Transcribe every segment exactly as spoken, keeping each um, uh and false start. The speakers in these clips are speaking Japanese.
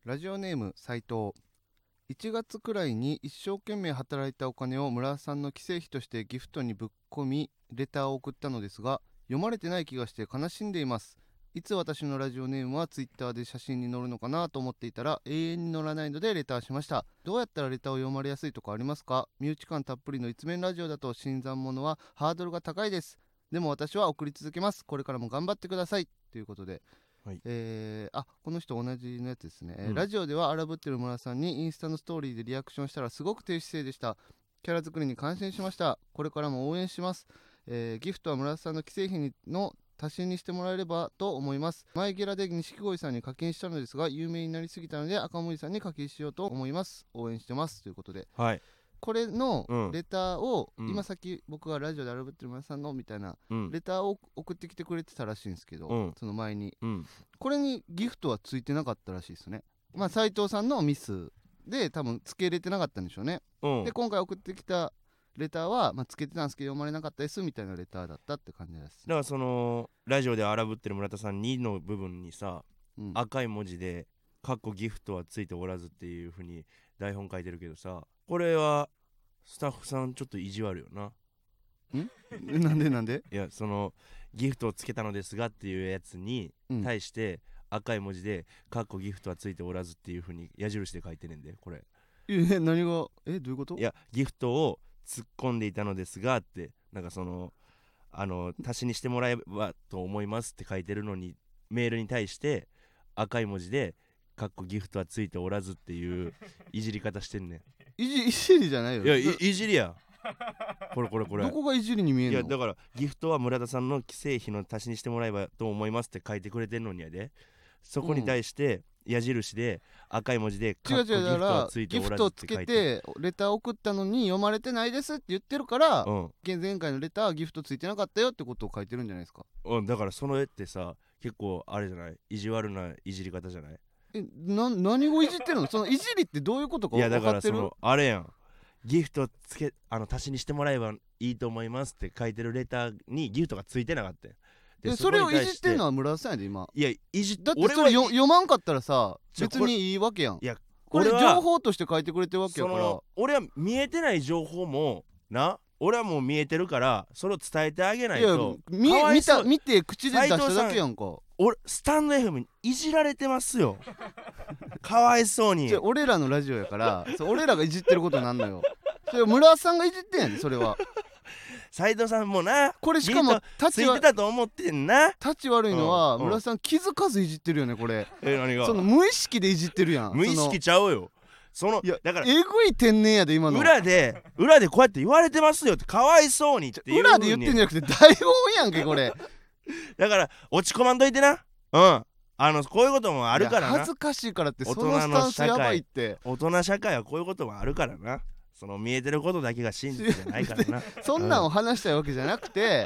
ラジオネーム斉藤。いちがつくらいに一生懸命働いたお金を村田さんの帰省費としてギフトにぶっ込みレターを送ったのですが、読まれてない気がして悲しんでいます。いつ私のラジオネームはツイッターで写真に載るのかなと思っていたら永遠に載らないのでレターしました。どうやったらレターを読まれやすいとかありますか？身内感たっぷりの一面ラジオだと新参者はハードルが高いです。でも私は送り続けます。これからも頑張ってくださいということで、 はい、 えー、あこの人同じのやつですね、 うん、 ラジオでは荒ぶってる村さんにインスタのストーリーでリアクションしたらすごく低姿勢でした。キャラ作りに感心しました。これからも応援します。えー、ギフトは村さんの既製品の足しにしてもらえればと思います。前ゲラで錦鯉さんに課金したのですが有名になりすぎたので赤森さんに課金しようと思います。応援してますということで、 はい、 これのレターを、 うん、 今さっき僕がラジオで荒ぶってる村さんのみたいな、 うん、 レターを送ってきてくれてたらしいんですけど、 うん、 その前に、 うん、 これにギフトはついてなかったらしいですね。まあ斉藤さんのミスで多分つけれてなかったんでしょうね、 うん、 で今回送ってきたレターは、まあ、つけてたんですけど読まれなかったですみたいなレターだったって感じです。 だからそのラジオで荒ぶってる村田さんにの部分にさ、 うん、 赤い文字でかっこギフトはついておらずっていう風に台本書いてるけどさ、これはスタッフさんちょっと意地悪よな。 んなんでなんでいや、そのギフトをつけたのですがっていうやつに対して赤い文字でかっこギフトはついておらずっていう風に矢印で書いてねんで、これ。 え何がえどういうこと？ いや、ギフトを突っ込んでいたのですがってなんかそのあの足しにしてもらえばと思いますって書いてるのに、メールに対して赤い文字でかっこギフトはついておらずっていういじり方してんねん。 いじいじりじゃないよ。 いや い, いじりやこれこれこれ。 どこがいじりに見えんの？ いやだからギフトは村田さんの既製費の足しにしてもらえばと思いますって書いてくれてんのにやで、そこに対して矢印で赤い文字でかっこギフトはついておらずって書いて、 ギフトつけてレター送ったのに読まれてないですって言ってるから、 うん、 前回のレターはギフトついてなかったよってことを書いてるんじゃないですか。 うん、だからその絵ってさ結構あれじゃない、意地悪ないじり方じゃない？ えな何をいじってるの？そのいじりってどういうことかいや分かってる？ だからそのあれやん、ギフトつけあの足しにしてもらえばいいと思いますって書いてるレターにギフトがついてなかったよ。 でそれをいじってんのは村田さんやで今。 いやいじっだってそれよ読まんかったらさ別にいいわけやん。 いやこれ情報として書いてくれてるわけやから。 俺は見えてない情報もな、俺はもう見えてるからそれを伝えてあげないと。 いや 見, 見た見て口で出しただけやんか。 俺スタンド エフエム にいじられてますよかわいそうに。 俺らのラジオやからそ俺らがいじってることなんのよ。それ村田さんがいじってんやでそれは。 斉藤さんもなこれしかもついてたと思ってんな。 タチ悪いのは、うん、村田さん気づかずいじってるよねこれ。 え何が？ その無意識でいじってるやん。 無意識ちゃうよ。そのいやだからえぐい天然やで今の。 裏で裏でこうやって言われてますよってかわいそうにっていう。 裏で言ってんじゃなくて台本やんけこれだから落ち込まんといてな。うんあのこういうこともあるからな。 恥ずかしいからってそのスタンスやばいって。 大人社会はこういうこともあるからな。その見えてることだけが真実じゃないからなそんなんを話したいわけじゃなくて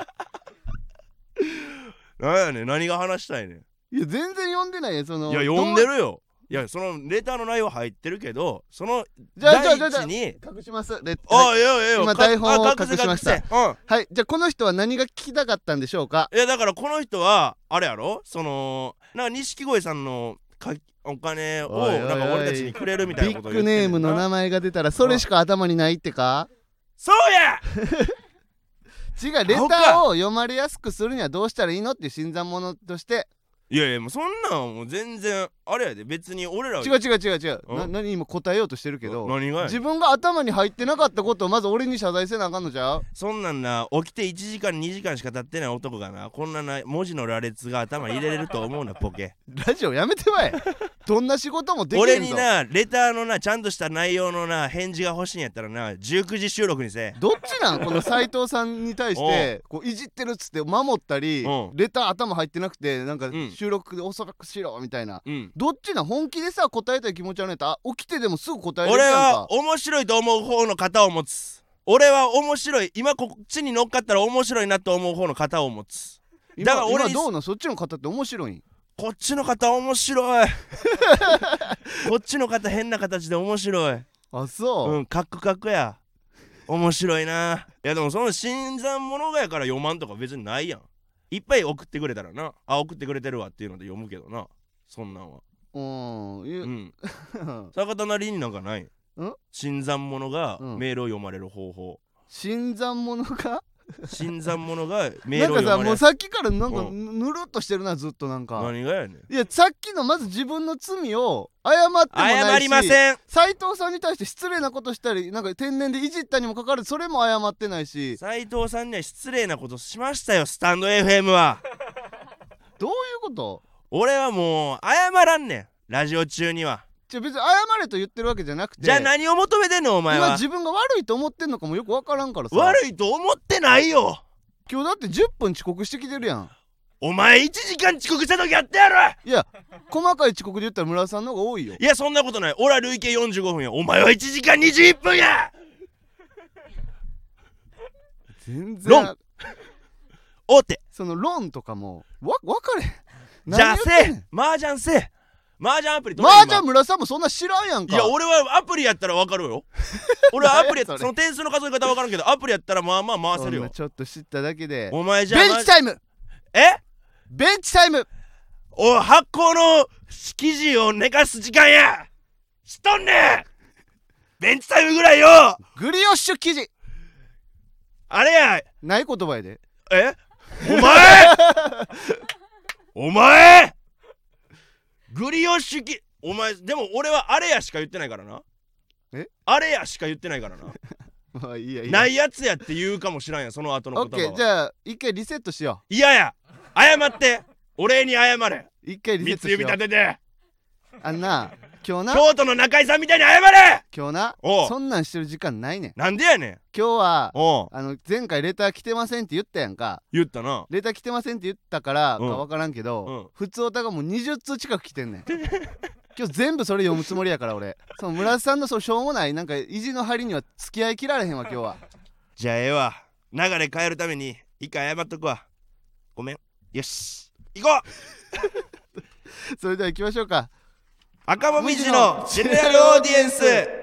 なんやねん何が話したいねん。 いや全然読んでないよその。 いや読んでるよ。いやそのレターの内容入ってるけどそのじゃあじゃあじゃあ第一に隠しますレあいやいや今台本を隠しました。 うん、 はいじゃあこの人は何が聞きたかったんでしょうか。 いやだからこの人はあれやろ、そのなんか錦鯉さんのかお金をなんか俺たちにくれるみたいなことを言ってんねんな。 ビッグネームの名前が出たらそれしか頭にないってか。 そうや違うレターを読まれやすくするにはどうしたらいいのっていう新参者として。 いやいやもうそんなんもう全然あれやで、別に俺ら違う違う違う違うな何今答えようとしてるけど、 何がや自分が頭に入ってなかったことをまず俺に謝罪せなあかんのじゃう。 そんなんな起きていちじかんにじかんしか経ってない男がなこんなな文字の羅列が頭に入れれると思うなボケラジオやめてまえどんな仕事もできへんぞ。 俺になレターのなちゃんとした内容のな返事が欲しいんやったらなじゅうくじ収録にせ。 どっちなんこの斉藤さんに対してこういじってるっつって守ったりレター頭入ってなくてなんか収録でおそらくしろみたいな、うん、どっちなん本気でさ答えたい気持ち悪いんやったら起きてでもすぐ答えれるやんか。 俺は面白いと思う方の型を持つ。俺は面白い今こっちに乗っかったら面白いなと思う方の型を持つ。 だから俺今どうなんそっちの型って面白いん？ こっちの型面白いこっちの型変な形で面白い。 あそううんカックカックや面白いな。いやでもその新参者がやから読まんとか別にないやん。いっぱい送ってくれたらなあ送ってくれてるわっていうので読むけどな。そんなんはうんいううん坂田なりになんかない？ ん新参者がうんメールを読まれる方法。 新参者が新参者がメーなんかさルを読まれる。 もうさっきからなんかうんぬるっとしてるなずっとなんか何がやねん。 いやさっきのまず自分の罪を謝ってもないし謝りません。 斉藤さんに対して失礼なことしたりなんか天然でいじったにもかかわらずそれも謝ってないし斉藤さんには失礼なことしましたよスタンド エフエム は。 どういうこと俺はもう謝らんねんラジオ中には。 じゃ別に謝れと言ってるわけじゃなくてじゃあ何を求めてんのお前は。 今自分が悪いと思ってんのかもよくわからんからさ悪いと思ってないよ。 今日だってじゅっぷん遅刻してきてるやんお前いちじかん遅刻した時やってやる。 いや細かい遅刻で言ったら村田さんの方が多いよいやそんなことない。俺は累計よんじゅうごふんや。お前はいちじかんにじゅういっぷんや。 全ロン然大手そのロンとかもわ分かれへんじゃあ何言ってんねんせえ麻雀せえ麻雀アプリ取マれージャン村田さんもそんな知らんやんかいや俺はアプリやったら分かるよ俺はアプリやった何やそれらその点数の数え方分からんけどアプリやったらまあまあ回せるよ。 そんなちょっと知っただけでお前じゃあベンチタイムえベンチタイムお発酵の生地を寝かす時間やしとんねん。ベンチタイムぐらいよ。 グリオッシュ生地あれやない言葉やでえお前お前グリオッシュきお前でも俺はあれやしか言ってないからな。 えあれやしか言ってないからなまあいいやいいやないやつやって言うかもしらんやその後のオッケ言葉は。 ーじゃあ一回リセットしよ嫌や謝ってお礼に謝れ。 う一回リセッ三つ指トしよう立ててあんな今日な京都の中井さんみたいに謝れ。 今日なおうそんなんしてる時間ないねんなんでやねん。 今日はおうあの前回レター来てませんって言ったやんか言ったな。 レター来てませんって言ったからかうん分からんけど、 うん普通おたがもうにじゅっつう近く来てんねん今日全部それ読むつもりやから俺その村田さんのそうしょうもないなんか意地の張りには付き合いきられへんわ今日はじゃあええわ流れ変えるために一回謝っとくわ。ごめんよし行こうそれでは行きましょうか赤もみじのジェネラルオーディエンス。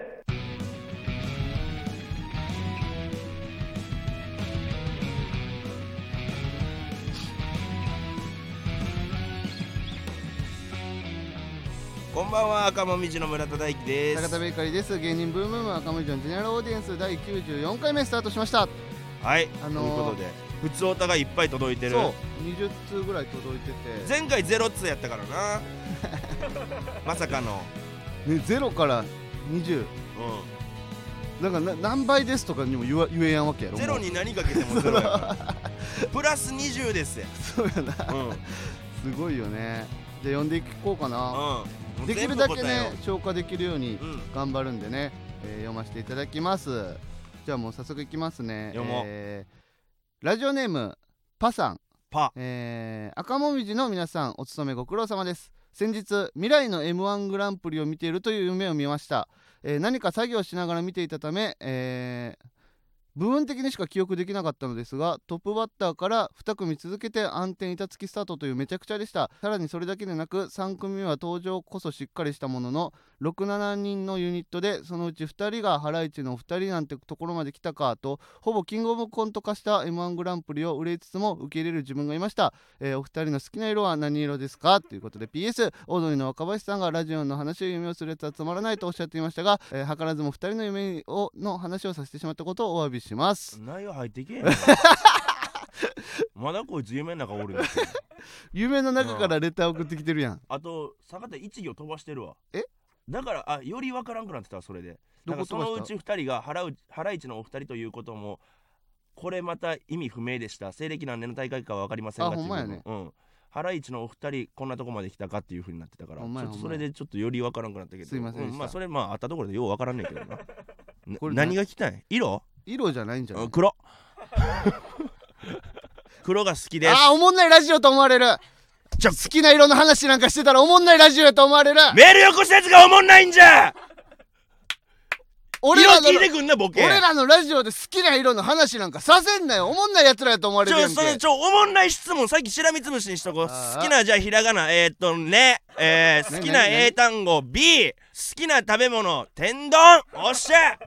こんばんは赤もみじの村田大樹です。 坂田ベーカリーです。芸人ブームブーム赤文字のジェネラルオーディエンスだいきゅうじゅうよんかいめスタートしましたはい、 あのーということで普通おたがいっぱい届いてる。 そうにじゅっつうぐらい届いてて前回ゼロ通やったからなまさかのねゼロからにじゅううなんかな何倍ですとかにも言わ言えやんわけやろんゼロもうに何かけてもゼロやからプラスにじゅうですよ。 そうやなうんうんすごいよねじゃあ読んでいこうかなもうできるだけ全部答えよね消化できるようにううん頑張るんでね、えー読ませていただきますじゃあもう早速いきますね読もうえーラジオネームパさんパえー赤もみじの皆さんお勤めご苦労様です。先日未来の エムワン グランプリを見ているという夢を見ました、えー何か作業しながら見ていたため、えー部分的にしか記憶できなかったのですがトップバッターからに組続けて暗転板付きスタートというめちゃくちゃでした。さらにそれだけでなくさん組は登場こそしっかりしたもののろく、ななにんのユニットでそのうちふたりがハライチのふたりなんてところまで来たかとほぼキングオブコント化した エムワン グランプリを憂いつつも受け入れる自分がいました。えーお二人の好きな色は何色ですかということで ピーエス オードリーの若林さんがラジオの話を夢をするやつはつまらないとおっしゃっていましたが、えー図らずもふたりの夢をの話をさせてしまったことをお詫びします。 内容入ってけえまだこいつ夢の中おるんですよ。 夢の中からレター送ってきてるやん。 あと坂田一行飛ばしてるわ。 えだからあよりわからんくなってたわそれで。 どこ飛ばしただからそのうちふたりがハラウハライチのお二人ということもこれまた意味不明でした。西暦何年の大会かは分かりませんがあほんまやねっていう部分うんハライチのお二人こんなとこまで来たかっていう風になってたからほんまやちょっとそれでちょっとよりわからんくなったけどすいませんでしたうまあそれまああったところでようわからんねんけどななこれな何が来たんや色色じゃないんじゃないうん黒黒が好きです。 あーおもんないラジオと思われる。 ちょ好きな色の話なんかしてたらおもんないラジオやと思われる。 メールよこしたやつがおもんないんじゃ。 俺らの色聞いてくんなボケ。 俺らのラジオで好きな色の話なんかさせんなよ。おもんないやつらやと思われちるやんけ。 ょそれちょおもんない質問さっきしらみつぶしにしとこう。 あー好きなじゃあひらがなえー、っとねえー、好きな何何英単語 B 好きな食べ物天丼おっしゃ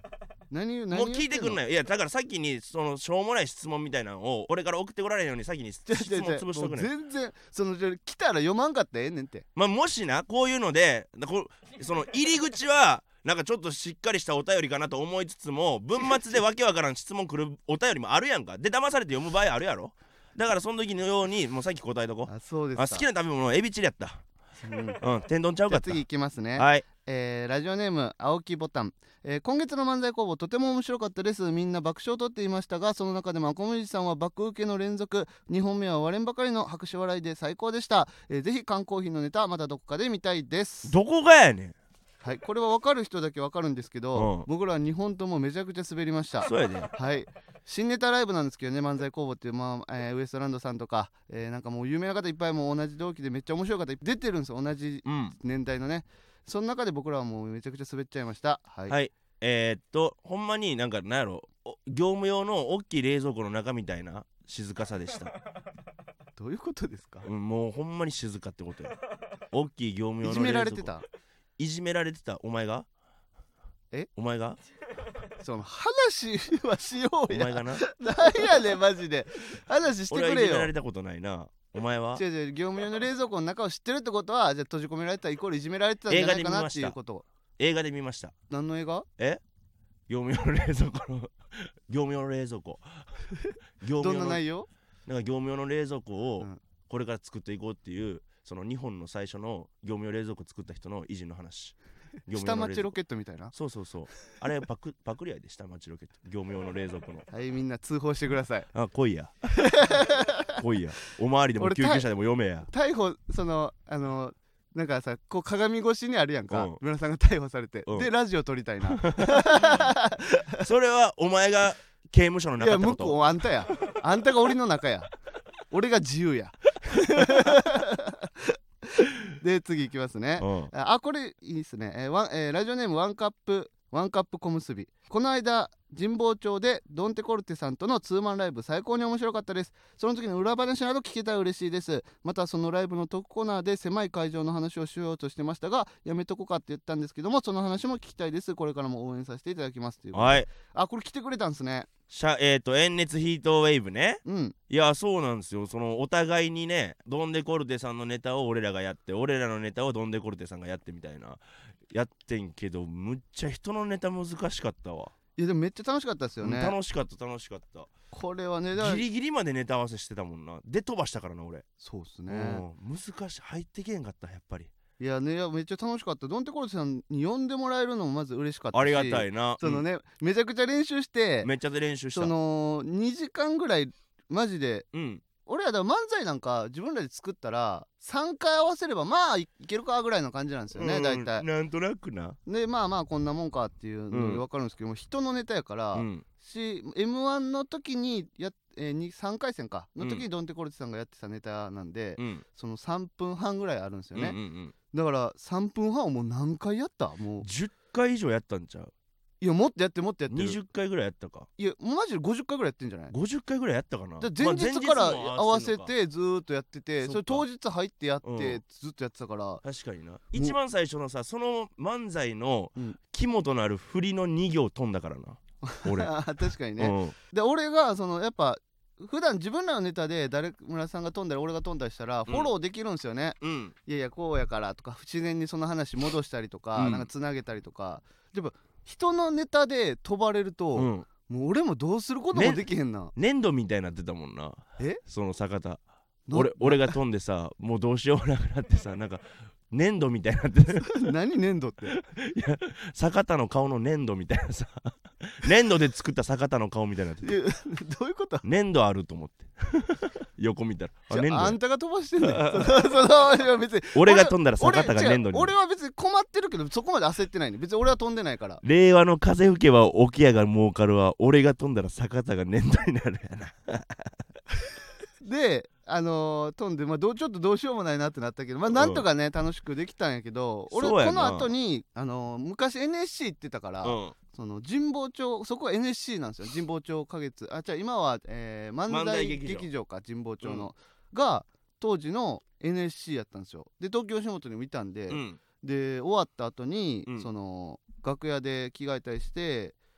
何何もう聞いてくんないよ。いやだから先にそのしょうもない質問みたいなのを俺から送ってこられるように先に質問潰しとくねん。 全然その来たら読まんかったらええねんって。 まあもしなこういうのでこその入り口はなんかちょっとしっかりしたお便りかなと思いつつも文末でわけわからん質問来るお便りもあるやんか。で騙されて読む場合あるやろ。だからその時のようにもうさっき答えとこ。 あ、そうですか。 あ、好きな食べ物エビチリやった。 うん、 うん、天丼ちゃうかった。 次いきますね。 はい、 えーラジオネーム青木ボタン、えー今月の漫才工房とても面白かったです。みんな爆笑を取っていましたが、その中でもアコムジさんは爆受けの連続、にほんめは割れんばかりの拍手笑いで最高でした。えーぜひ缶コーヒーのネタまたどこかで見たいです。 どこがやねん。 はい、これは分かる人だけ分かるんですけど、 うん、 僕らはにほんともめちゃくちゃ滑りました。 そうやで。 はい、新ネタライブなんですけどね、漫才工房っていう、まあえーウエストランドさんとか、えーなんかもう有名な方いっぱいもう同じ同期でめっちゃ面白い方いっぱい出てるんですよ、同じうん年代のね。その中で僕らはもうめちゃくちゃ滑っちゃいました。はい、 はい、えー、っとほんまになんかなんやろ、業務用の大きい冷蔵庫の中みたいな静かさでした。 どういうことですか？ うん、もうほんまに静かってことよ。大きい業務用の冷蔵庫。 いじめられてた？ いじめられてた。お前が？ え？ お前が？ その話はしようや。 お前がな。 なんやねんマジで。話してくれよ。 俺はいじめられたことないな。お前は？ 違う違う、業務用の冷蔵庫の中を知ってるってことは、じゃあ閉じ込められたイコールいじめられてたんじゃないかなっていうこと。 映画で見ました。 何の映画？ え？業務用の冷蔵庫の業務用の冷蔵庫業務用のどんな内容？ なんか業務用の冷蔵庫をうんこれから作っていこうっていう、その日本の最初の業務用冷蔵庫作った人の偉人の話。 下町ロケットみたいな。 そうそうそう。あれパクパクリやで、下町ロケット。業務用の冷蔵庫の。 はい、みんな通報してください。 あ、来いや来いや。おまわりでも救急車でも読めや。 逮捕、そのあのなんかさ、こう鏡越しにあるやんか、 うん、 村さんが逮捕されて、 うん、 でラジオ撮りたいな。 それはお前が刑務所の中ってこと？ いや向こうあんたや、あんたが檻の中や、俺が自由や。で次いきますね。 うん、 あ、これいいっすね。えーワンえーラジオネームワンカップワンカップ小結び。この間神保町でドンテコルテさんとのツーマンライブ最高に面白かったです。その時の裏話など聞けたら嬉しいです。またそのライブのトークコーナーで狭い会場の話をしようとしてましたが、やめとこうかって言ったんですけども、その話も聞きたいです。これからも応援させていただきますということで。 はい。 あ、これ来てくれたんですね。 しゃえっ、ー、と炎熱ヒートウェーブね。 うん。 いやそうなんですよ。そのお互いにね、ドンデコルテさんのネタを俺らがやって、俺らのネタをドンデコルテさんがやってみたいなやってんけど、むっちゃ人のネタ難しかったわ。 いやでもめっちゃ楽しかったですよね。 楽しかった楽しかった。 これはね、 ギリギリまでネタ合わせしてたもんな。で飛ばしたからな俺。 そうっすね、 うん、難しい、入ってけへんかったやっぱり。 いやね、いやめっちゃ楽しかった。ドンテコルテさんに呼んでもらえるのもまず嬉しかったし、 ありがたいな。 そのね、うん、めちゃくちゃ練習して、 めっちゃで練習した。 そのにじかんぐらいマジで、 うん、 俺らだ漫才なんか自分らで作ったらさんかい合わせればまあいけるかぐらいの感じなんですよね、大体。 なんとなくな。 でまあまあこんなもんかっていうので分かるんですけども、うん、人のネタやから、うん、し エムワン の時にや、えー、さんかい戦かの時にドンテコルテさんがやってたネタなんで、うん、そのさんぷんはんぐらいあるんですよね、うんうんうん、だからさんぷんはんをもう何回やった？もうじゅっかい以上やったんちゃう？ いやもっとやってもっとやってる。 にじゅっかいぐらいやったか。 いやマジでごじゅっかいぐらいやってんじゃない？ ごじゅっかいぐらいやったかな。 だ前日から合わせてずーっとやってて、それ当日入ってやって、うん、ずっとやってたから。 確かにな。一番最初のさ、その漫才の肝となる振りのに行飛んだからな、うん、俺。 確かにね、うん、で俺がそのやっぱ普段自分らのネタで誰村さんが飛んだり俺が飛んだりしたらフォローできるんですよね、うん、いやいやこうやからとか不自然にその話戻したりとか、うん、なんかつなげたりとか。でも人のネタで飛ばれると、うん、もう俺もどうすることもできへんな、ね、 粘土みたいになってたもんな。 えその坂田 俺, 俺が飛んでさ、もうどうしようもなくなってさ、なんか粘土みたいになって何粘土って？いや坂田の顔の粘土みたいなさ粘土で作った坂田の顔みたいになってて、 どういうこと？ 粘土あると思って横見たらあ, 粘土あんたが飛ばしてんねんその別に俺が飛んだら坂田が粘土に。 俺は別に困ってるけどそこまで焦ってないね。別に俺は飛んでないから。 令和の風吹けば沖屋が儲かるわ。俺が飛んだら坂田が粘土になるやなであのー、飛んで、まあ、どうちょっとどうしようもないなってなったけど、まあ、なんとかね、うん、楽しくできたんやけど、俺この後にあのー、昔 エヌエスシー 行ってたから、うん、その神保町、そこは エヌエスシー なんですよ。神保町花月、あ、じゃあ今は、えー、漫才劇場か神保町の、うん、が当時の エヌエスシー やったんですよ。で東京吉本にもいたんで、うん、で終わった後に、その楽屋で着替えたりして、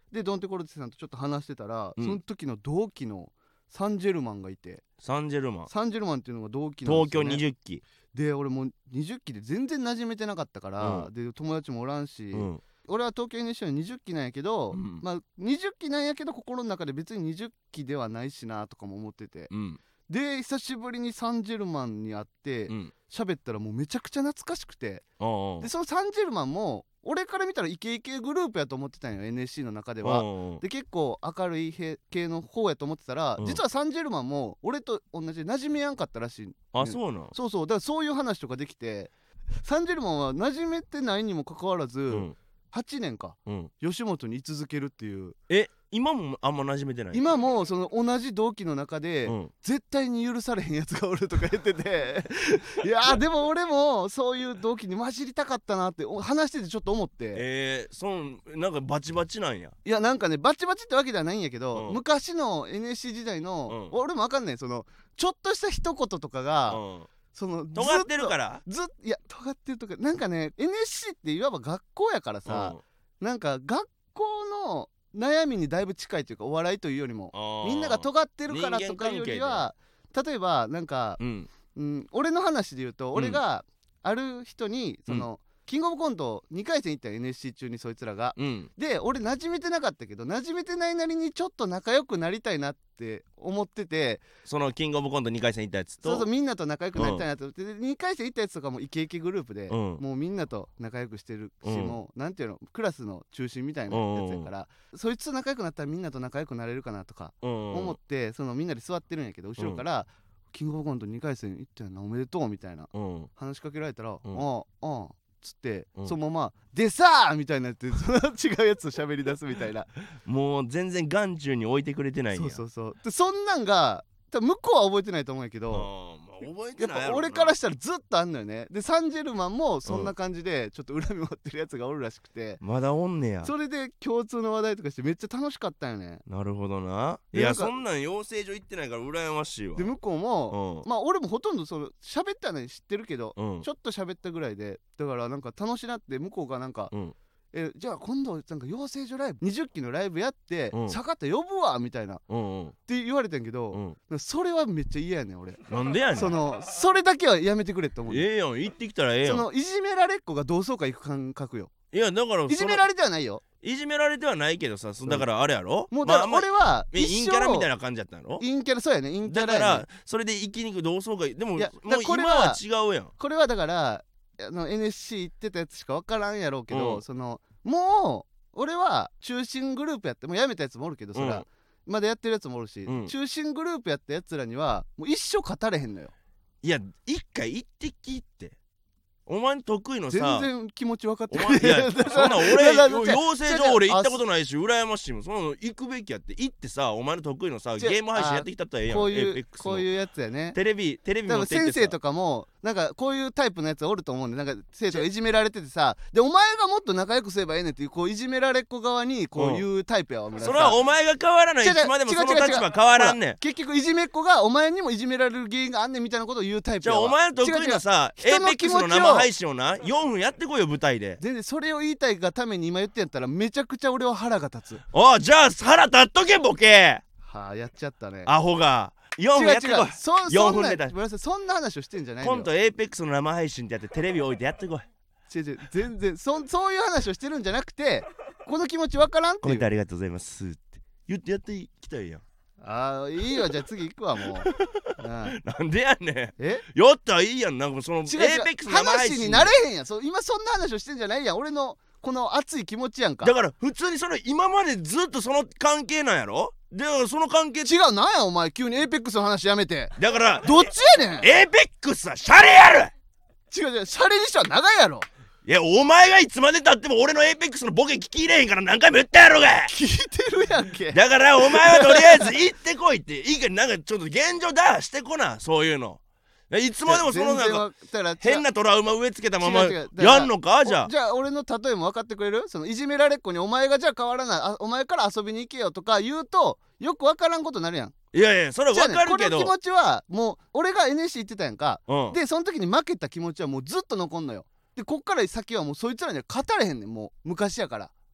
でドンテコルテさんとちょっと話してたら、 うんその時の同期のサンジェルマンがいて、 サンジェルマンサンジェルマンっていうのが同期なんですよ、 東京ね、 にじゅっきで俺もうにじゅっきで全然馴染めてなかったから、 うんで友達もおらんし、 うん俺は東京 エヌエスシー のにじゅっきなんやけど、 うんまあにじゅっきなんやけど心の中で別ににじゅっきではないしなとかも思ってて、 うんで久しぶりにサンジェルマンに会ってうん喋、ったらもうめちゃくちゃ懐かしくて、 おうおうでそのサンジェルマンも俺から見たらイケイケグループやと思ってたんよ エヌエスシー の中では。 おうおうで結構明るい系の方やと思ってたら、 うん実はサンジェルマンも俺と同じで馴染めやんかったらしい。 あそうなんそうそう、だからそういう話とかできて、サンジェルマンは馴染めてないにもかかわらず、 うんはちねんかうん吉本に居続けるっていう。 え今もあんま馴染めてない今もその同じ同期の中で、 うん絶対に許されへんやつがおるとか言ってていやーでも俺もそういう同期に混じりたかったなってお話しててちょっと思って、 えー、そうなんかバチバチなんやいやなんかねバチバチってわけではないんやけど、 うん昔の エヌエスシー 時代の、 うん俺もわかんない、そのちょっとした一言とかが、 うんその尖ってるからずっとずっいや尖ってるとかなんかね エヌエスシー っていわば学校やからさ、なんか学校の悩みにだいぶ近いというか、お笑いというよりもみんなが尖ってるからとかいうよりは、例えばなんか、 うんうん、俺の話で言うと、 ん俺がある人にその、キングオブコントにかい戦行ったよ エヌエスシー 中にそいつらが。 うんで俺馴染めてなかったけど馴染めてないなりにちょっと仲良くなりたいなって思ってて、 そのキングオブコントにかい戦行ったやつとそうそうみんなと仲良くなりたいなと思って、でにかい戦行ったやつとかもイケイケグループで、 うんもうみんなと仲良くしてるし、 うんもうなんていうのクラスの中心みたいなやつやから、そいつと仲良くなったらみんなと仲良くなれるかなとか思思って、そのみんなで座ってるんやけど後ろから、キングオブコントにかい戦行ったよなおめでとうみたいなうん話しかけられたら、 んああああつって、 うんそのままでさーみたいになってその違うやつと喋り出すみたいなもう全然眼中に置いてくれてないんやそうそうそうでそんなんが多分向こうは覚えてないと思うんやけど、 あーまあ覚えてやっぱないやろな俺からしたらずっとあんのよね。でサンジェルマンもそんな感じでちょっと恨み持ってるやつがおるらしくて、 まだおんねやそれで共通の話題とかしてめっちゃ楽しかったよね。 なるほどな。いでなんかやそんなん養成所行ってないから羨ましいわ。 で向こうも、 うんまあ俺もほとんどその喋ったのに知ってるけど、 うんちょっと喋ったぐらいで、だからなんか楽しなって向こうがなんか、 うんえじゃあ今度なんか養成所ライブにじゅっきのライブやって、 うん坂田呼ぶわみたいなっうんうんて言われてんけど、 うんそれはめっちゃ嫌やねん俺。 なんでやねん。 そのそれだけはやめてくれって思うねん。 ええやん行ってきたらええやん。 そのいじめられっ子が同窓会行く感覚よ。 いやだからいじめられてはないよ。 いじめられてはないけどさ、そだからあれやろ。 もうだからまあ俺はえ陰キャラみたいな感じやったんやろ。 陰キャラそうやね陰キャラやねだからそれで生きにく同窓会でももういや今だからこれはは違うやん。 これはだからあの エヌエスシー 行ってたやつしか分からんやろうけど、 うんそのもう俺は中心グループやってもう辞めたやつもおるけど、そら、まだやってるやつもおるし、 うん中心グループやったやつらにはもう一生語れへんのよ。 いや一回行ってきってお前得意のさ全然気持ち分かってお前いやそんなん俺いやいや養成所俺行ったことないし羨ましいもん。その行くべきやって行ってさ、お前の得意のさ違うゲーム配信やってきたったらええやん。 こういう Apex こういうやつやね。 テレビテレビ多分持って行ってさ先生とかもなんかこういうタイプのやつおると思うんで、なんか生徒がいじめられててさ、でお前がもっと仲良くすればええねんっていうこういじめられっ子側にこういうタイプやわ。村田さんそれはお前が変わらない。い違う違うつまでもその違う違う違う立場変わらんねん。 結局いじめっ子がお前にもいじめられる原因があんねんみたいなことを言うタイプやわ。 じゃあお前の得意なさ違う違う人の気 Apex 持ちをの生配信をなよんぷんやってこいよ舞台で。 全然それを言いたいがために今言ってんやったらめちゃくちゃ俺は腹が立つ。 おいじゃあ腹立っとけボケはあやっちゃったね。 アホがよんぷんやってこい。 そよんぷんネタそんなごめんなさいそんな話をしてんじゃないのよ。 コント Apex の生配信ってやってテレビ置いてやってこい。 違う違う全然そそういう話をしてるんじゃなくて、この気持ちわからんっていう。 コメントありがとうございますって言ってやってきたらいいやん。 ああいいよじゃあ次行くわもう。うんなんでやねん。 えやったらいいやん。なんかその Apex 違う違うの生配信話になれへんやん。そう今そんな話をしてんじゃないやん。俺のこの熱い気持ちやんか。 だから普通にそれ今までずっとその関係なんやろ。だからその関係違うなんやお前急にエイペックスの話やめて。 だからどっちやねん。 Apex はシャレやる。 違う違うシャレにしては長いやろ。 いやお前がいつまでたっても俺の Apex のボケ聞き入れへんから何回も言ったやろが。 聞いてるやんけ。 だからお前はとりあえず行ってこいっていいからなんかちょっと現状打破してこな。そういうのいつまでもそのなんか変なトラウマ植え付けたまま違う違うやんのか。じゃあじゃあ俺の例えも分かってくれる。そのいじめられっ子にお前がじゃあ変わらないあお前から遊びに行けよとか言うとよく分からんことになるやん。 いやいやそれは分かるけど、 じゃあね、この気持ちはもう俺が エヌエスシー 行ってたやんか、 うん、 でその時に負けた気持ちはもうずっと残んのよ。でこっから先はもうそいつらには語れへんねんもう昔やから。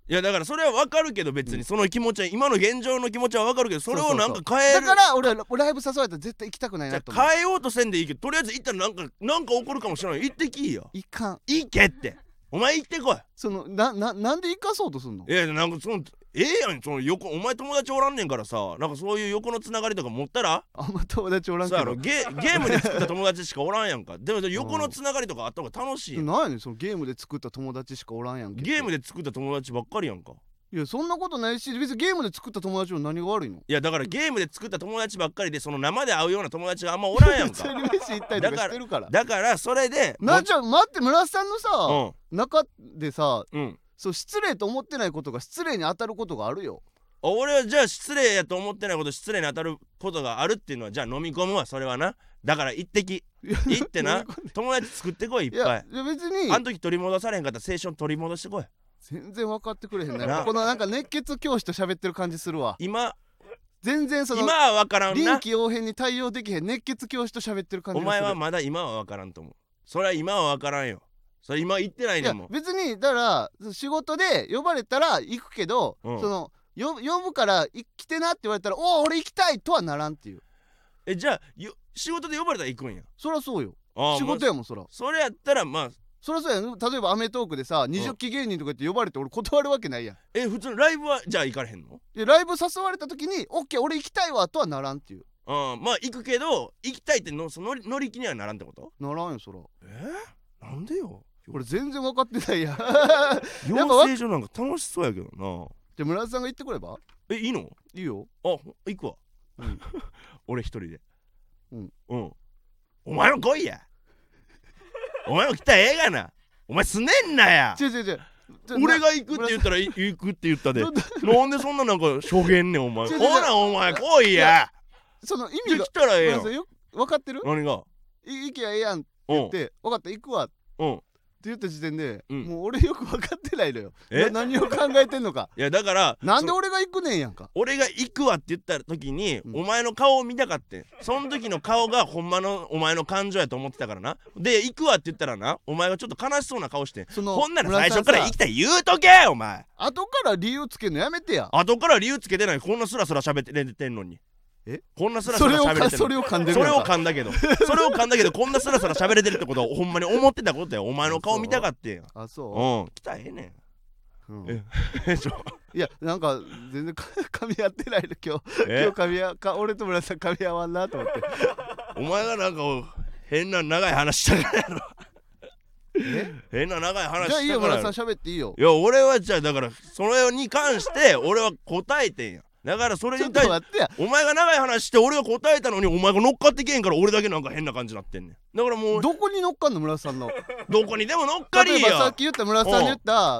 いやだからそれは分かるけど別に、 うんその気持ちは今の現状の気持ちは分かるけど、それをなんか変える。 だから俺はライブ誘われたら絶対行きたくないじゃなと思う。 あ変えようとせんでいいけど、とりあえず行ったらなんかなんか起こるかもしれない。行ってきいよ。 いかん。 行けって。お前行ってこい。 そのなななんで行かそうとすんの。 いやなんかそのええやん、その横お前友達おらんねんからさ、なんかそういう横のつながりとか持ったら。 あんま友達おらんけど。 そうやろ、ゲゲームで作った友達しかおらんやんか。でも横のつながりとかあった方が楽しいやん。 なんやねんそのゲームで作った友達しかおらんやんけ。 ゲームで作った友達ばっかりやんか。 いやそんなことないし、別にゲームで作った友達の何が悪いの。 いやだからゲームで作った友達ばっかりで、その生で会うような友達があんまおらんやん普通か。 に飯行ったりとかしてるから。 だからそれでなじゃあ待って、村瀬さんのさ、 うん中でさ、 うんそう失礼と思ってないことが失礼に当たることがあるよ。 俺はじゃあ失礼やと思ってないこと失礼に当たることがあるっていうのはじゃあ飲み込むわ。それはな。だから一滴行ってな友達作ってこい、いっいやぱい。 いや別にあん時取り戻されへんかったら青春取り戻してこい。 全然分かってくれへんな。 なこのなんか熱血教師と喋ってる感じするわ。 今全然その今は分からんな。 臨機応変に対応できへん熱血教師と喋ってる感じがする。 お前はまだ今は分からんと思う。それは今は分からんよ。それ今言ってないいやねんもん。 別にだから仕事で呼ばれたら行くけど、 うんそのよ呼ぶからい来てなって言われたらおお俺行きたいとはならんっていう。 えじゃあよ仕事で呼ばれたら行くんや。 そりゃそうよ。 ああ仕事やもんそら。 それやったらまあそりゃそうやん。例えばアメトークでさにじゅっき芸人とか言って呼ばれて俺断るわけないやん。 え普通のライブはじゃあ行かれへんの？ でライブ誘われた時にオッケー俺行きたいわとはならんっていう。 うんまあ行くけど行きたいってのその乗り乗り気にはならんってこと？ ならんよそら。 えー、なんでよ。 俺全然分かってないやん。 養成所なんか楽しそうやけどな。 じゃあ村田さんが行ってくればえいいの？ いいよ。 あ行くわ、 うん、 俺一人で。 うんうんお前も来いや。お前も来たらええがな。お前すねんなや。 違う違う違う。 俺が行くって言ったらい行くって言ったで。なんでそんななんかしょげんねんお前。ほらお前来いや。 その意味が来たらええやん。 分かってる？ 何が？ 行きゃええやんって言って分かった行くわって言った時点で、うん、もう俺よく分かってないのよ。え何を考えてんのか。 いやだからなんで俺が行くねんやんか。 俺が行くわって言った時に、うん、お前の顔を見たかってその時の顔がほんまのお前の感情やと思ってたからな。で行くわって言ったらなお前がちょっと悲しそうな顔してほんなら最初から行きたい言うとけお前。 後から理由つけるのやめてや。 後から理由つけてない。こんなスラスラ喋ってれてんのに。 えこんなスラスラ喋れてる。 それを噛んでる。 それを噛んだけどそれを噛んだけどこんなスラスラ喋れてるってことはほんまに思ってたことや。お前の顔見たかってん。 あそううん来たらええねん、うん、えいやなんか全然噛み合ってないの今日今日噛み合か俺と村さん噛み合わんなと思って。 お前がなんか変な長い話したからやろ。変な長い話したから。 じゃあいいよ村さん喋っていいよ。 いや俺はじゃあだからそれに関して俺は答えてんや。だからそれに対してお前が長い話して俺が答えたのにお前が乗っかってけんから俺だけなんか変な感じになってんねん。だからもうどこに乗っかんの村さんの。 どこにでも乗っかりや。 例えばさっき言った村さんに言った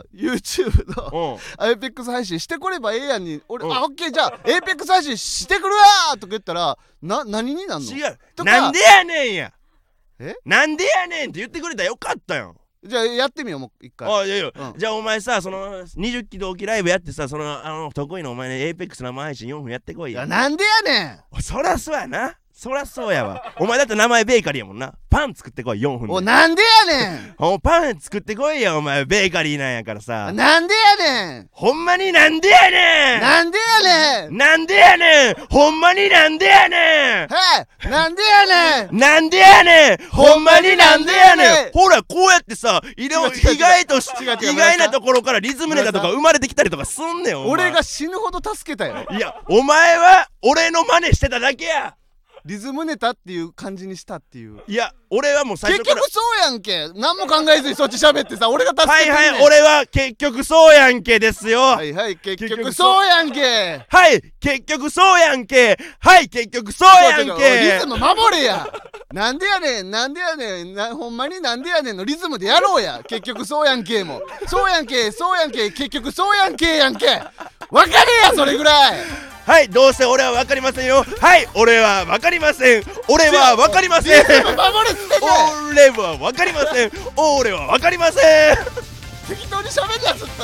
YouTube のエイペックス配信してくればええやんに俺あオッケーじゃあエイペックス配信してくるわーとか言ったらな何になんの。 違うなんでやねんや。 えなんでやねんって言ってくれたらよかったよ。 じゃあやってみようもう一回。 あいやいや、うん、じゃあお前さそのにじゅっき同期ライブやってさそのあの得意のお前ねエイペックス生配信よんぷんやってこいや。 いやなんでやねん。そらそうやな。そらそうやわ。お前だって名前ベーカリーやもんな。パン作ってこいよんぷんで。 おなんでやねん。 おパン作ってこいやお前ベーカリーなんやからさ。 なんでやねん。 ほんまになんでやねん。 なんでやねん。 なんでやねん。ほんまになんでやねん。 はいなんでやねん。 なんでやねん。ほんまになんでやねん。ほらこうやってさ意外と意外なところからリズムネタとか生まれてきたりとかすんねん。 俺が死ぬほど助けたよ。 いやお前は俺の真似してただけや。 リズムネタっていう感じにしたっていう。 いや俺はもう最初から結局そうやんけ。何も考えずにそっち喋ってさ俺が助けてんねん。 はいはい俺は結局そうやんけですよ。 はいはい結局そうやんけ。 はい結局そうやんけ。はい結局そうやんけ。 リズム守れや。なんでやねんなんでやねんなほんまになんでやねんのリズムでやろうや。結局そうやんけもそうやんけそうやんけ結局そうやんけやんけ。わかれやそれぐらい。 はいどうして俺は分かりませんよ。はい俺は分かりません。俺は分かりません。 守れって俺は分かりません。俺は分かりません。 適当に喋るやつっと。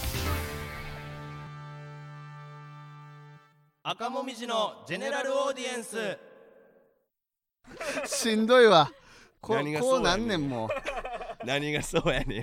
赤もみじのジェネラルオーディエンス。 しんどいわ。こ何がこうなんねんもう。 何がそうやねんやねん。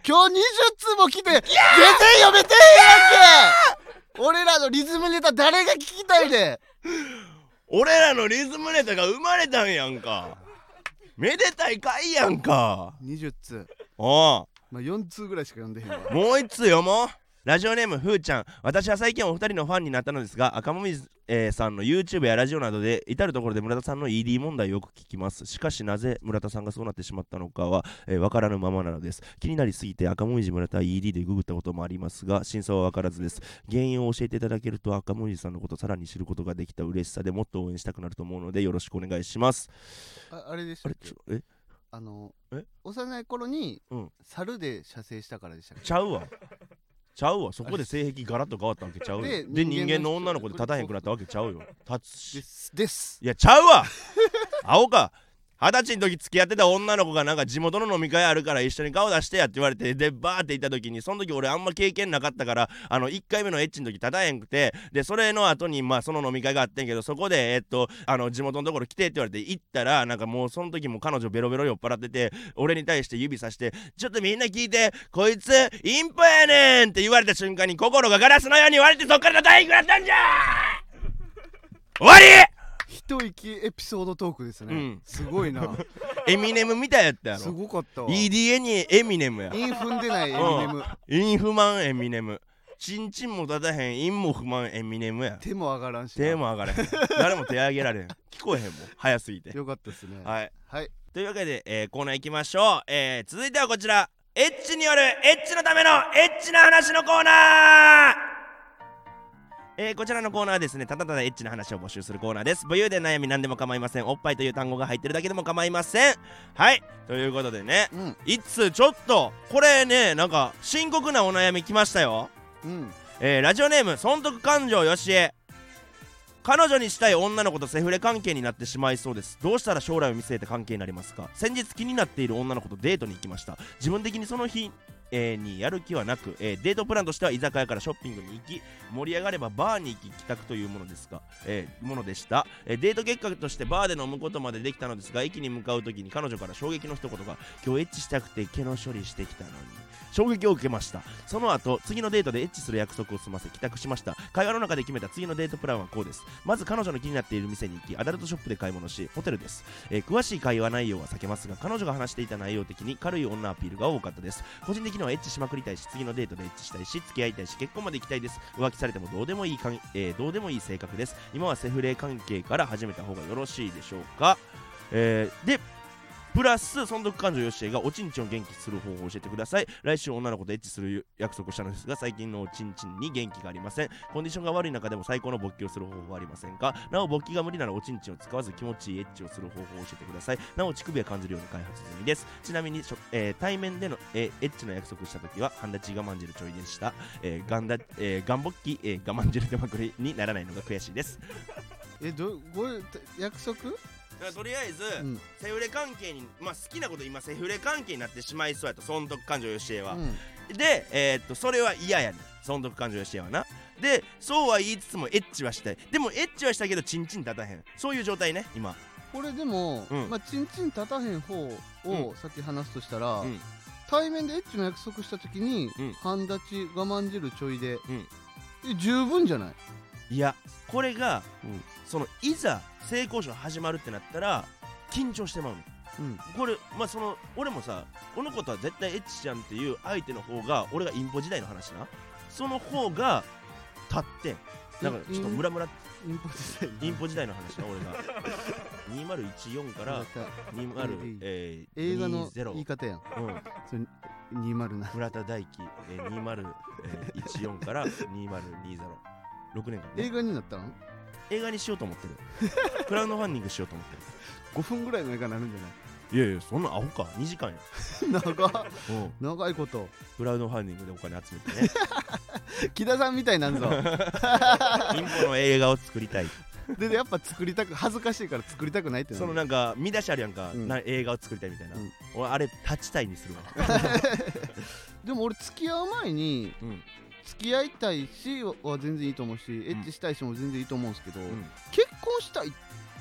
今日にじゅっつうも来て全然読めてへんやんけ。俺らのリズムネタ誰が聞きたいで。 俺らのリズムネタが生まれたんやんか。めでたい回やんか。 にじゅっつう、 おう、 まあ、よんつうぐらいしか読んでへんわ。 もう一通読もう。ラジオネームふーちゃん。私は最近お二人のファンになったのですが、赤もみじ、えーさんの YouTube やラジオなどで至るところで村田さんの イーディー 問題をよく聞きます。しかしなぜ村田さんがそうなってしまったのかは、えー、分からぬままなのです。気になりすぎて赤もみじ村田 イーディー でググったこともありますが、真相は分からずです。原因を教えていただけると赤もみじさんのことをさらに知ることができた嬉しさでもっと応援したくなると思うのでよろしくお願いします。 あ, あれでしたっけ。 あれちょえあのえ幼い頃に、 うん、 猿で射精したからでしたっけ。 ちゃうわちゃうわ、そこで性癖ガラッと変わったわけちゃうよ。 でで人間人間のの女の子で立たへんくなったわけちゃうよ。立つしですですいやちゃうわ青か。二十歳の時付き合ってた女の子がなんか地元の飲み会あるから一緒に顔出してやって言われて、でバーって行った時に、その時俺あんま経験なかったから、あのいっかいめのエッチの時立たへんくて、でそれの後にまあその飲み会があってんけど、そこでえっとあの地元のところ来てって言われて行ったら、なんかもうその時も彼女ベロベロ酔っ払ってて、俺に対して指さしてちょっとみんな聞いてこいつインポやねんって言われた瞬間に心がガラスのように割れて、そっから立たへんくなったんじゃー。終わり。 一息エピソードトークですね、 うん、 すごいなエミネムみたいやったやろ。 すごかったわ。 イーディー にエミネムや。 イン踏んでないエミネム、 イン不満エミネム。チンチンも立たへん、インも不満エミネムや。 手も上がらんし手も上がらへん誰も手上げられへん。聞こえへんもん早すぎて。 よかったですね。 はい、 はい、 というわけで、えー、コーナー行きましょう。えー、続いてはこちら、エッチによるエッチのためのエッチな話のコーナー。えー、こちらのコーナーはですね、ただただエッチな話を募集するコーナーです。武勇伝悩み何でも構いません。おっぱいという単語が入ってるだけでも構いません。はい、ということでね、 うん、 いつちょっとこれね、なんか深刻なお悩み来ましたよ。 うん、 えー、ラジオネーム損得感情よしえ。彼女にしたい女の子とセフレ関係になってしまいそうです。どうしたら将来を見据えた関係になりますか。先日気になっている女の子とデートに行きました。自分的にその日えー、にやる気はなく、えー、デートプランとしては居酒屋からショッピングに行き、盛り上がればバーに行き帰宅というものですが、えー、ものでした、えー、デート結果としてバーで飲むことまでできたのですが、駅に向かう時に彼女から衝撃の一言が、今日エッチしたくて毛の処理してきたのに、衝撃を受けました。その後次のデートでエッチする約束を済ませ帰宅しました。会話の中で決めた次のデートプランはこうです。まず彼女の気になっている店に行き、アダルトショップで買い物し、ホテルです、えー、詳しい会話内容は避けますが、彼女が話していた内容的に軽い女アピールが多かったです。個人的にはエッチしまくりたいし、次のデートでエッチしたいし、付き合いたいし、結婚まで行きたいです。浮気されてもどうでもいいかん、えー、どうでもいい性格です。今はセフレ関係から始めた方がよろしいでしょうか。えー、でプラス損得感情よしえがおちんちんを元気する方法を教えてください。来週女の子とエッチする約束をしたのですが、最近のおちんちんに元気がありません。コンディションが悪い中でも最高の勃起をする方法はありませんか。なお勃起が無理ならおちんちんを使わず気持ちいいエッチをする方法を教えてください。なお乳首は感じるように開発済みです。ちなみに、えー、対面での、えー、エッチの約束した時は半立ち我慢汁ちょいでした。えー、ガンダ、えー、ガン勃起、えー、我慢汁手まくりにならないのが悔しいです。 えどこれ約束。 とりあえず、 うん、 セフレ関係に、まあ、好きなこと今セフレ関係になってしまいそうやと、損得感情よしえは、うん、で、えー、っとそれは嫌やねん、損得感情よしえはな。でそうは言いつつもエッチはしたい。でもエッチはしたけどチンチン立たへん、そういう状態ね今。 これでも、うん、まあ、チンチン立たへん方をさっき話すとしたら、うん、対面でエッチの約束した時に、うん、半立ち我慢汁ちょいで、うん、十分じゃない。 いやこれが、うん、そのいざ性交渉始まるってなったら緊張してまうの、うん、これまあその俺もさ、この子とは絶対エッチじゃんっていう相手の方が、俺がインポ時代の話な、その方が立ってなんかちょっとムラムラ、 インポ時代インポ時代の話な俺がにせんじゅうよんからにせん、えー、 映画の言い方やん、うん、それにじゅうなな村田大樹、えー、にせんじゅうよんからにせんにじゅうろくねんかん、ね、 映画になったの。 映画にしようと思ってるクラウドファンディングしようと思ってるごふんぐらいの映画になるんじゃない。 いやいやそんなアホか、にじかんや長長いこと。 クラウドファンディングでお金集めてね木田さんみたいなんぞインポの映画を作りたいでやっぱ作りたく、恥ずかしいから作りたくないってなる。 そのなんか見出しあるやんか、うん、な映画を作りたいみたいな、うん、俺あれ立ちたいにするわでも俺付き合う前に、うん、付き合いたいしは全然いいと思うし、エッチしたいしも全然いいと思うんですけど、うん、結婚したいって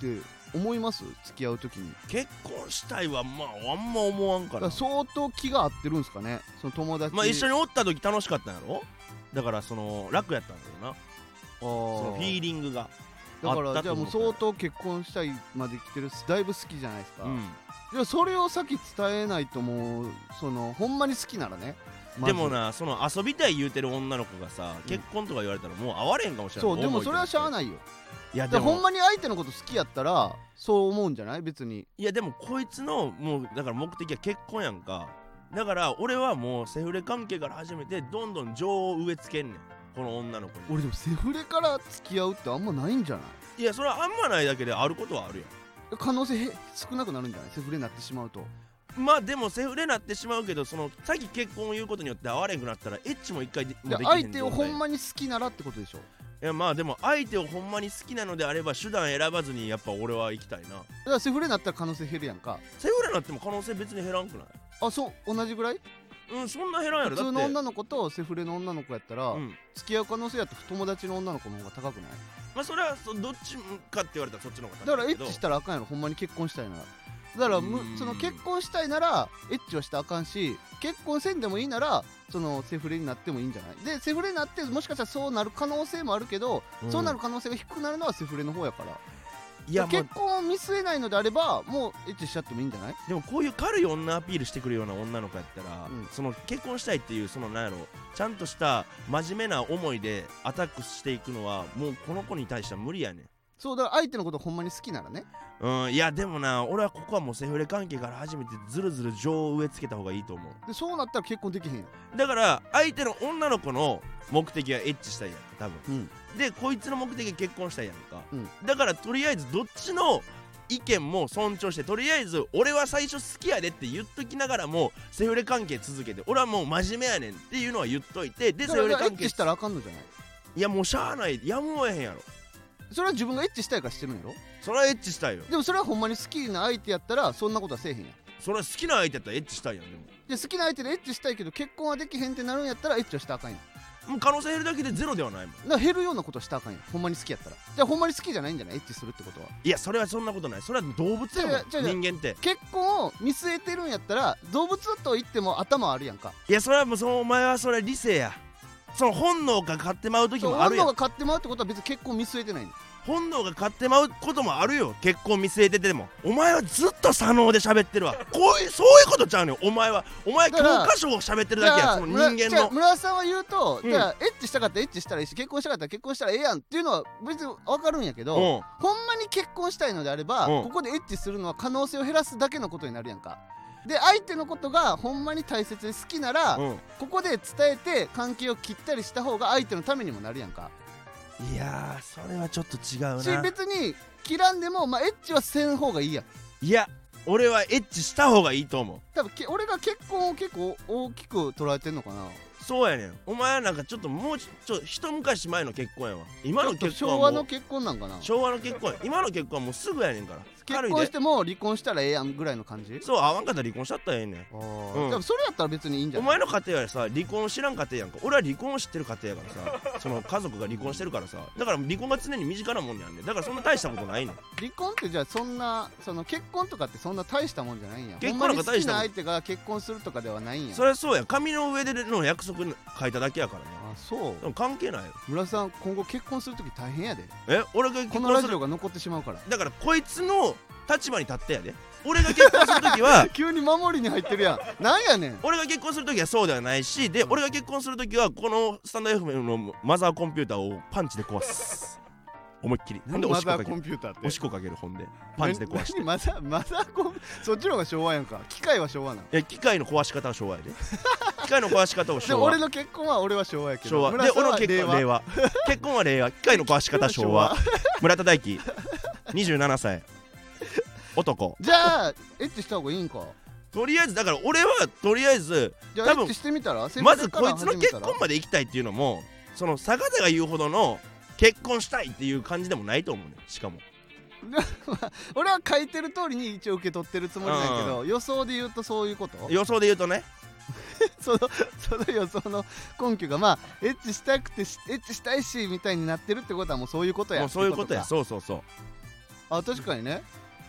思います？付き合う時に結婚したいはまああんま思わんかだからら。 相当気が合ってるんすかね、その友達。 まあ一緒におった時楽しかったんやろ。だからその楽やったんだよな、 あそのーフィーリングがだかあったらじゃあもうと思ったよ相当結婚したいまで来てるし、だいぶ好きじゃないですか。 うんいやそれを先伝えないと、もうそのほんまに好きならね、まずでもな、その遊びたい言うてる女の子がさ、 うん結婚とか言われたらもう会われへんかもしれない。 そうでもそれはしゃあい。 ないよ。 いやでもでほんまに相手のこと好きやったらそう思うんじゃない？別に。 いやでもこいつのもうだから目的は結婚やんか。だから俺はもうセフレ関係から始めてどんどん情を植え付けんねん、この女の子に。 俺でもセフレから付き合うってあんまないんじゃない？ いやそれはあんまないだけであることはある可能性へ少なくなるんじゃない？セフレになってしまうと。 やん。まあでもセフレなってしまうけど、その先結婚を言うことによって会われんくなったらエッチも一回でもでできへん相手をほんままに好きならってことでしょ。 いやまあでも相手をほんまに好きなのであれば手段選ばずにやっぱ俺は行きたいな。 だからセフレになったら可能性減るやんか。 セフレなっても可能性別に減らんくない？ あ、そう同じぐらい？ うん、そんな減らんやろ。 普通のだって女の子とセフレの女の子やったら、 うん、 付き合う可能性やったら友達の女の子の方が高くない？ まあそれはそどっちかって言われたらそっちの方がだからエ高いけど、 ッチしたらあかんやろ、ほんまに結婚したいなら。だからむうーんその結婚したいならエッチはしたらあかんし、結婚せんでもいいならそのセフレになってもいいんじゃない？でセフレになってもしかしたらそうなる可能性もあるけど、 うんそうなる可能性が低くなるのはセフレの方やから。 いや、まあ結婚を見据えないのであればもうエッチしちゃってもいいんじゃない？ でもこういう軽い女アピールしてくるような女の子やったら、 うんその結婚したいっていうそのなんやろちゃんとした真面目な思いでアタックしていくのはもうこの子に対しては無理やねん。 そうだから相手のことほんまに好きならね。 うんいやでもな、俺はここはもうセフレ関係から初めてずるずる情を植え付けた方がいいと思う。 でそうなったら結婚できへんよ。 だから相手の女の子の目的はエッチしたいやんか多分。 うんでこいつの目的は結婚したいやんか、 うんだからとりあえずどっちの意見も尊重して、とりあえず俺は最初好きやでって言っときながらもセフレ関係続けて、俺はもう真面目やねんっていうのは言っといて、でだからエセフレ関係ッチしたらあかんのじゃない？ いやもうしゃあないやむを得へんやろ。 それは自分がエッチしたいからしてるんやろ。 それはエッチしたいよ。 でもそれはほんまに好きな相手やったらそんなことはせえへんやん。 それは好きな相手やったらエッチしたいやん。でもで好きな相手でエッチしたいけど結婚はできへんってなるんやったらエッチはしたらあかんやん。 もう可能性減るだけでゼロではないもん。 だから減るようなことはしたらあかんやん、ほんまに好きやったら。じゃあほんまに好きじゃないんじゃない？エッチするってことは。 いやそれはそんなことない。それは動物やもん違う違う違う人間って。 結婚を見据えてるんやったら動物と言っても頭あるやんか。 いやそれはもうそのお前はそれは理性や。その本能が勝ってまう時そうもあるやん。 女が買ってもらうってことは別に結婚見据えてないねん。 本能が勝ってまうこともあるよ。結婚見据えててもお前はずっと左脳で喋ってるわ。こういうそういうことちゃうのよ。お前はお前教だから科書を喋ってるだけや。その人間じゃあの村田さんは言うと、 うんじゃあエッチしたかったらエッチしたらいいし結婚したかったら結婚したらええやんっていうのは別に分かるんやけど、 うんほんまに結婚したいのであれば、 うんここでエッチするのは可能性を減らすだけのことになるやんか。で相手のことがほんまに大切で好きなら、 うんここで伝えて関係を切ったりした方が相手のためにもなるやんか。 いやーそれはちょっと違うしな。 別に切らんでも、まあ、エッチはせん方がいいやん。 いや俺はエッチした方がいいと思う。 多分け俺が結婚を結構大きく捉えてんのかな。 そうやねん。お前はなんかちょっともうちょちょ一昔前の結婚やわ。今のちょっと結婚はもう昭和の結婚なんかな。 昭和の結婚や。今の結婚はもうすぐやねんから。 結婚しても離婚したらええやんぐらいの感じ。 そう合わんかったら離婚しちゃったらええねん。 あー、 うんでもそれやったら別にいいんじゃおない？ 前の家庭はさ離婚知らん家庭やんか。俺は離婚を知ってる家庭やからさその家族が離婚してるからさ、だから離婚が常に身近なもんやんねん。だからそんな大したことないねん。 離婚ってじゃあそんなその結婚とかってそんな大したもんじゃないんや。 結婚ほんまになんか大したもん好きな相手が結婚するとかではないんや。 そりゃそうや。紙の上での約束書いただけやからな。 あ、そうでも関係ないよ。 村さん今後結婚するとき大変やで。 え俺が結このラ婚するジオが残ってしまうから。 だからこいつの立場に立ってやで。俺が結婚するときは急に守りに入ってるやん。なんやねん。 俺が結婚するときはそうではないし、で、俺が結婚するときはこのスタンド エフエム のマザーコンピューターをパンチで壊す。思いっきり。なんでおしっこマザーかけるコンピューターっておしっこかける本でパンチで壊して。い何マザーマザーコンそっちの方が昭和やんか。機械は昭和なんや機械の壊し方は昭和やで。機械の壊し方はで昭和。 俺の結婚は俺は昭和やけど昭和。で、俺の結婚は令和。結婚は令和。機械の壊し方は昭和。村田大樹、にじゅうななさい。男。 じゃあエッチした方がいいんか。 とりあえずだから俺はとりあえずじゃあエ多分ッチしてみたらまずこいつの結セフレから始めたら婚まで行きたいっていうのもその坂田が言うほどの結婚したいっていう感じでもないと思うね。しかも俺は書いてる通りに一応受け取ってるつもりなんやけど、予想で言うとそういうこと。 予想で言うとね。 そのその予想の根拠がまあエッチしたくてしエッチしたいしみたいになってるってことはもうそういうことや。 もうそういうことや。 ってそうそうそう。 かあ確かにね。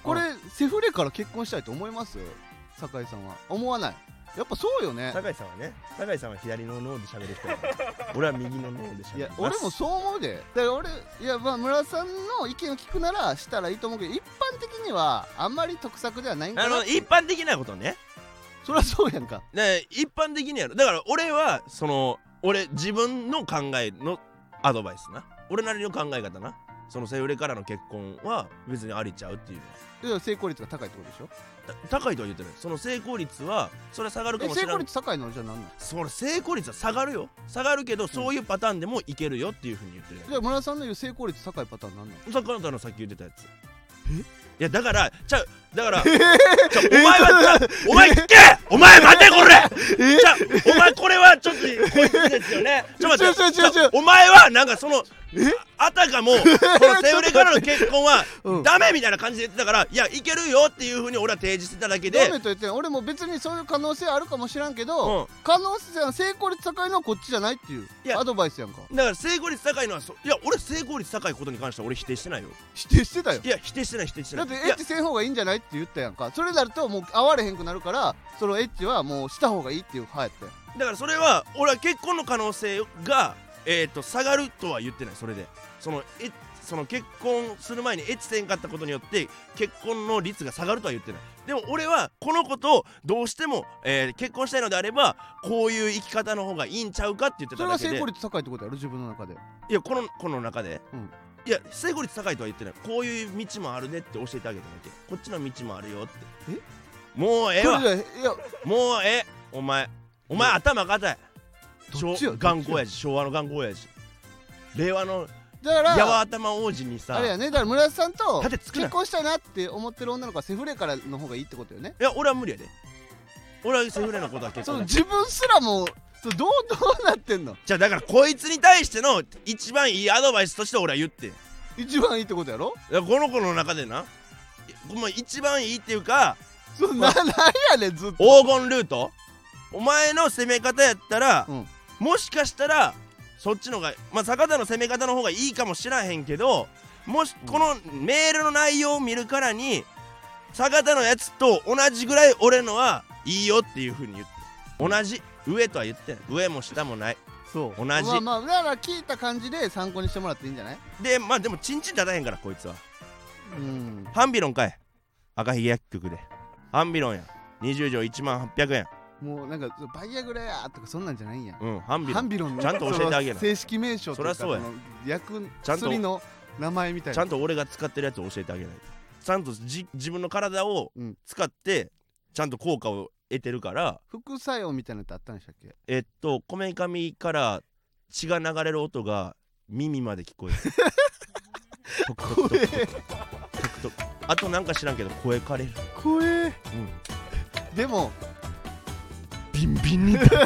これセフレから結婚したいと思います酒井さんは？思わない？やっぱそうよね。 酒井さんはね、酒井さんは左の脳で喋る人だから俺は右の脳で喋る。 いや俺もそう思うで。だから俺いやまあ村田さんの意見を聞くならしたらいいと思うけど、一般的にはあんまり得策ではないんかな。 あの一般的なことね。 そりゃそうやんか。 で一般的にやる。だから俺はその俺自分の考えのアドバイスな、俺なりの考え方な、そのセフレからの結婚は別にありちゃうっていうのは。 いや成功率が高いってことでしょ。 高いとは言ってない。その成功率はそれは下がるかもしれない。 成功率高いのじゃあ何なの？ それ成功率は下がるよ。下がるけど、うん、そういうパターンでもいけるよっていうふうに言ってる。 じゃあ村田さんの言う成功率高いパターン何なの？ さっきあなたのさっき言ってたやつ。え？いやだからちゃうだから、 えー、 ちゃお前はちゃお前聞けお前待てこれ、えー、ちゃお前これはちょっとこいつですよね。ちょっと待ってお前はなんかそのあたかもこのセフレからの結婚はダメみたいな感じで言ってたから、いやいけるよっていうふうに俺は提示してただけで。 ダメと言ってん。俺も別にそういう可能性あるかもしらんけど、うん、可能性は成功率高いのはこっちじゃないっていうアドバイスやんか。 だから成功率高いのはそいや俺成功率高いことに関しては俺否定してないよ。 否定してたよ。 いや否定してない否定してない。 だってエッチせん方がいいんじゃないって言ったやんか。それなるともう会われへんくなるから、そのエッチはもうした方がいいっていう派やったよ。 だからそれは俺は結婚の可能性がえーと下がるとは言ってない。それでそのえその結婚する前にエッチせんかったことによって結婚の率が下がるとは言ってない。でも俺はこの子とどうしても、えー、結婚したいのであればこういう生き方の方がいいんちゃうかって言ってただけで。 それは成功率高いってことやろ自分の中で。 いやこの子の中で、 うん、 いや成功率高いとは言ってない。こういう道もあるねって教えてあげてみて。こっちの道もあるよって。 えもうええわ。 いやもうええお前お前頭固い。 どっちよ頑固やし昭和の頑固やし令和のだからやわ頭王子にさあれやね。だから村田さんと盾つくな結婚したいなって思ってる女の子はセフレからの方がいいってことよね。 いや俺は無理やで。俺はセフレのことは結そう婚自分すらもそうどうどうなってんの。 じゃあだからこいつに対しての一番いいアドバイスとして俺は言って一番いいってことやろ。 いやこの子の中でなもう一番いいっていうかそうななんやねんずっと黄金ルート。お前の攻め方やったら、 うん、 もしかしたらそっちのがまあ坂田の攻め方の方がいいかもしらへんけど、もしこのメールの内容を見るからに坂田のやつと同じぐらい俺のはいいよっていう風に言って、同じ上とは言ってない。上も下もない。 そう同じ。 まあまあだから聞いた感じで参考にしてもらっていいんじゃない。 でまあでもチンチン立たへんからこいつは。 うんハンビロンかい。赤ひげ薬局でハンビロンやにじゅう錠いちまんはっぴゃくえん。 もうなんかバイアグラやとかそんなんじゃないんや。 うんハンビロンハンビロンちゃんと教えてあげな。 正式名称とかそりゃそうや。 薬ちゃんと薬の名前みたいな。 ちゃんと俺が使ってるやつを教えてあげないと。ちゃんとじ自分の体を使ってちゃんと効果を得てるから。 副作用みたいなのってあったんでしたっけ。 えっとこめかみから血が流れる音が耳まで聞こえる。トクトクトクトクトクトク。あとなんか知らんけど声枯れる。 声、うん、でもビンビンに立つ。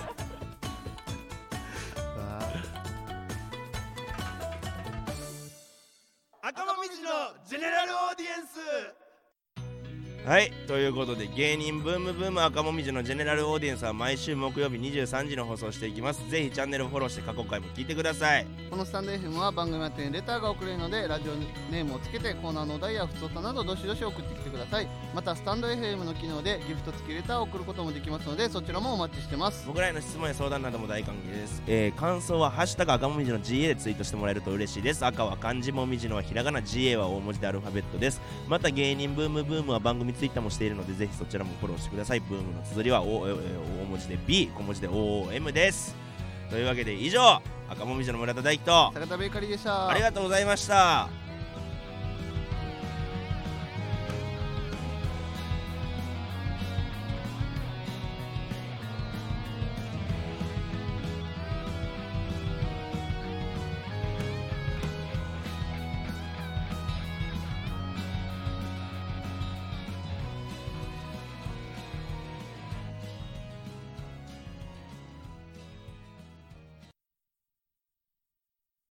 赤もみじのジェネラルオーディエンス。はいということで芸人ブームブーム赤もみじのジェネラルオーディエンスは毎週木曜日にじゅうさんじの放送していきます。ぜひチャンネルをフォローして過去回も聞いてください。 このスタンド エフエム は番組宛てにレターが送れるのでラジオネームをつけてコーナーのお題や普通歌などどしどし送ってきてください。またスタンド エフエム の機能でギフト付きレターを送ることもできますのでそちらもお待ちしてます。 僕らへの質問や相談なども大歓迎です。えー、感想はハッシュタグ赤もみじの ジーエー でツイートしてもらえると嬉しいです。赤は漢字もみじのはひらがな ジーエー は大文字でアルファベットです。また芸人ブームブームは番組ツイッターもしているのでぜひそちらもフォローしてください。ブームの綴りは 大, 大文字で B 小文字で オーエム です。というわけで以上赤もみじの村田大樹と坂田ベーカリーでした。 ありがとうございました。